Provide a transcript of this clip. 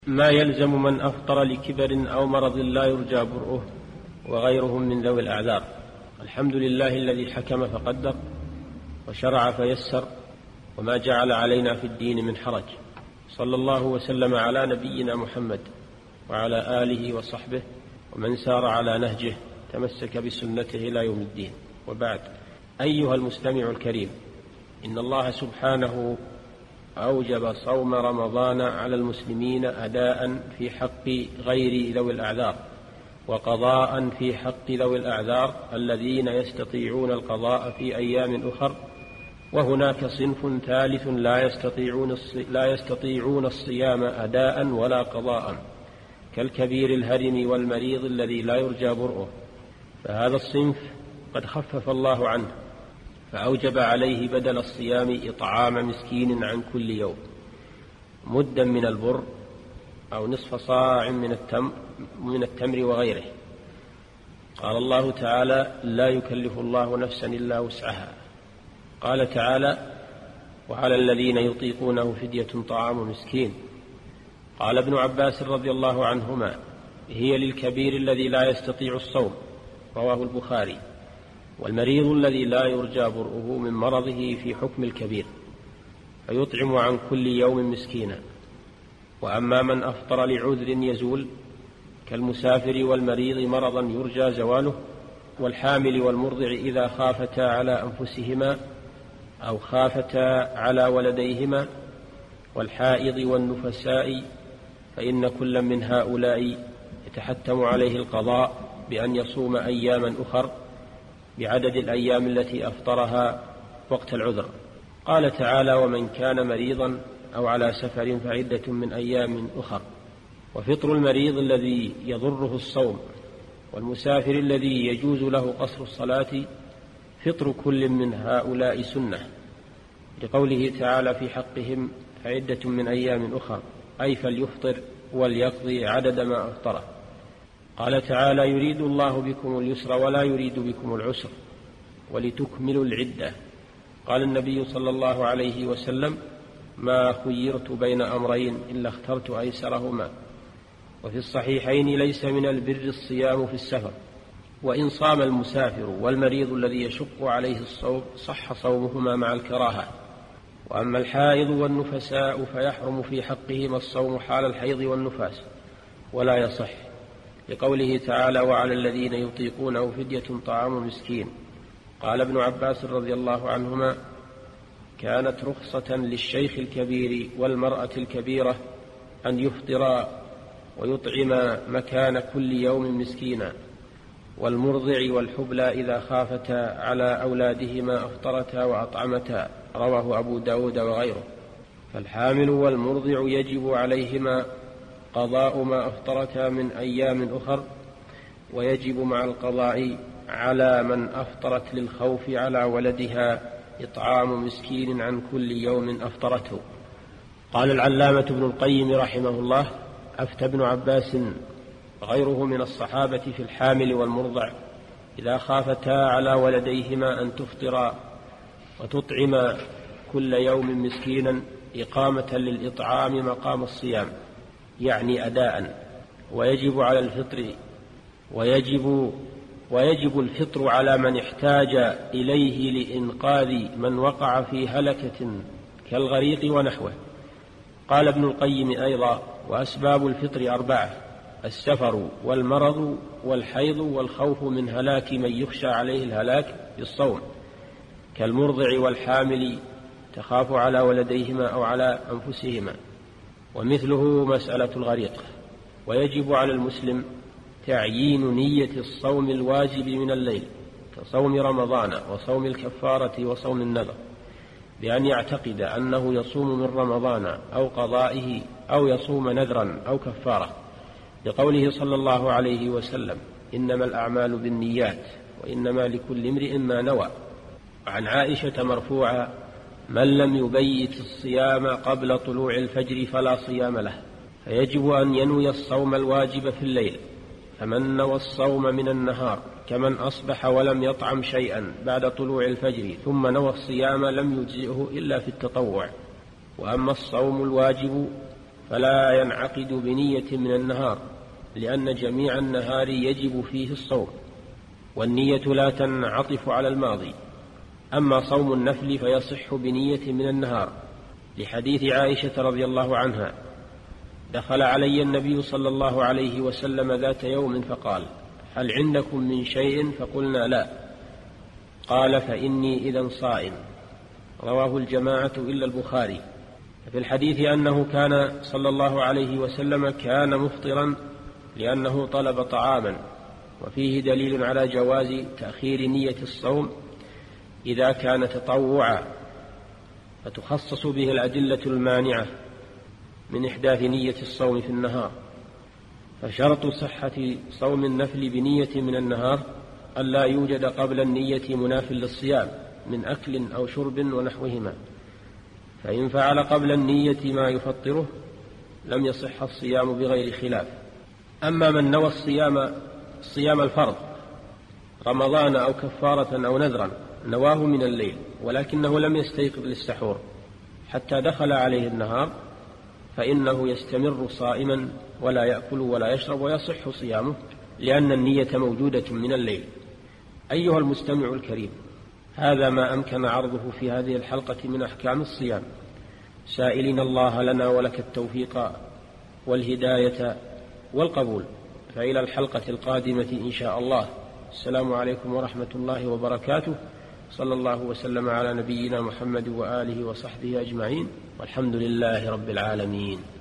ما يلزم من أفطر لكبر أو مرض لا يرجى برؤه وغيرهم من ذوي الأعذار. الحمد لله الذي حكم فقدر وشرع فيسر وما جعل علينا في الدين من حرج. صلى الله وسلم على نبينا محمد وعلى آله وصحبه ومن سار على نهجه تمسك بسنته إلى يوم الدين. وبعد، أيها المستمع الكريم، إن الله سبحانه أوجب صوم رمضان على المسلمين أداء في حق غير ذوي الأعذار، وقضاء في حق ذوي الأعذار الذين يستطيعون القضاء في أيام أخر. وهناك صنف ثالث لا يستطيعون الصيام أداء ولا قضاء، كالكبير الهرم والمريض الذي لا يرجى برؤه، فهذا الصنف قد خفف الله عنه فأوجب عليه بدل الصيام إطعام مسكين عن كل يوم مدا من البر أو نصف صاع من التمر وغيره. قال الله تعالى: لا يكلف الله نفسا إلا وسعها. قال تعالى: وعلى الذين يطيقونه فدية طعام مسكين. قال ابن عباس رضي الله عنهما: هي للكبير الذي لا يستطيع الصوم، رواه البخاري، والمريض الذي لا يرجى برؤه من مرضه في حكم الكبير، فيطعم عن كل يوم مسكينا. وأما من أفطر لعذر يزول كالمسافر والمريض مرضا يرجى زواله، والحامل والمرضع إذا خافتا على أنفسهما أو خافتا على ولديهما، والحائض والنفساء، فإن كل من هؤلاء يتحتم عليه القضاء بأن يصوم أياما أخر بعدد الأيام التي أفطرها وقت العذر. قال تعالى: ومن كان مريضا أو على سفر فعدة من أيام أخر. وفطر المريض الذي يضره الصوم والمسافر الذي يجوز له قصر الصلاة فطر كل من هؤلاء سنة، لقوله تعالى في حقهم: فعدة من أيام أخر، أي فليفطر وليقضي عدد ما أفطره. قال تعالى: يريد الله بكم اليسر ولا يريد بكم العسر ولتكملوا العدة. قال النبي صلى الله عليه وسلم: ما خيرت بين أمرين إلا اخترت أيسرهما. وفي الصحيحين: ليس من البر الصيام في السفر، وإن صام المسافر والمريض الذي يشق عليه الصوم صح صومهما مع الكراهة. وأما الحائض والنفساء فيحرم في حقهما الصوم حال الحيض والنفاس ولا يصح، لقوله تعالى: وعلى الذين يطيقونه فدية طعام مسكين. قال ابن عباس رضي الله عنهما: كانت رخصة للشيخ الكبير والمرأة الكبيرة أن يفطرا ويطعما مكان كل يوم مسكينا، والمرضع والحبلى إذا خافتا على أولادهما أفطرتا وأطعمتا، رواه أبو داود وغيره. فالحامل والمرضع يجب عليهما قضاء ما أفطرتا من أيام أخر، ويجب مع القضاء على من أفطرت للخوف على ولدها إطعام مسكين عن كل يوم أفطرته. قال العلامة ابن القيم رحمه الله: أفتى ابن عباس وغيره من الصحابة في الحامل والمرضع إذا خافتا على ولديهما أن تفطرا وتطعما كل يوم مسكينا إقامة للإطعام مقام الصيام، يعني أداء، ويجب على الفطر ويجب الفطر على من احتاج إليه لإنقاذ من وقع في هلكة كالغريق ونحوه. قال ابن القيم أيضا: وأسباب الفطر 4: السفر والمرض والحيض والخوف من هلاك من يخشى عليه الهلاك بالصوم، كالمرضع والحامل تخاف على ولديهما أو على أنفسهما، ومثله مسألة الغريق. ويجب على المسلم تعيين نية الصوم الواجب من الليل كصوم رمضان وصوم الكفارة وصوم النذر، بأن يعتقد أنه يصوم من رمضان أو قضائه أو يصوم نذرا أو كفارة، لقوله صلى الله عليه وسلم: إنما الأعمال بالنيات وإنما لكل امرئ ما نوى. عن عائشة مرفوعة: من لم يبيت الصيام قبل طلوع الفجر فلا صيام له. فيجب أن ينوي الصوم الواجب في الليل، فمن نوى الصوم من النهار كمن أصبح ولم يطعم شيئا بعد طلوع الفجر ثم نوى الصيام لم يجزئه إلا في التطوع. وأما الصوم الواجب فلا ينعقد بنية من النهار، لأن جميع النهار يجب فيه الصوم، والنية لا تنعطف على الماضي. أما صوم النفل فيصح بنية من النهار، لحديث عائشة رضي الله عنها: دخل علي النبي صلى الله عليه وسلم ذات يوم فقال: هل عندكم من شيء؟ فقلنا: لا. قال: فإني إذا صائم. رواه الجماعة إلا البخاري. في الحديث أنه كان صلى الله عليه وسلم كان مفطرا لأنه طلب طعاما، وفيه دليل على جواز تأخير نية الصوم إذا كان تطوعا، فتخصص به الأدلة المانعة من إحداث نية الصوم في النهار. فشرط صحة صوم النفل بنية من النهار ألا يوجد قبل النية مناف للصيام من أكل أو شرب ونحوهما، فإن فعل قبل النية ما يفطره لم يصح الصيام بغير خلاف. أما من نوى صيام الفرض رمضان أو كفارة أو نذرا، نواه من الليل ولكنه لم يستيقظ للسحور حتى دخل عليه النهار، فإنه يستمر صائما ولا يأكل ولا يشرب ويصح صيامه، لأن النية موجودة من الليل. أيها المستمع الكريم، هذا ما أمكن عرضه في هذه الحلقة من أحكام الصيام، سائلين الله لنا ولك التوفيق والهداية والقبول. فإلى الحلقة القادمة إن شاء الله. السلام عليكم ورحمة الله وبركاته. صلى الله وسلم على نبينا محمد وآله وصحبه أجمعين، والحمد لله رب العالمين.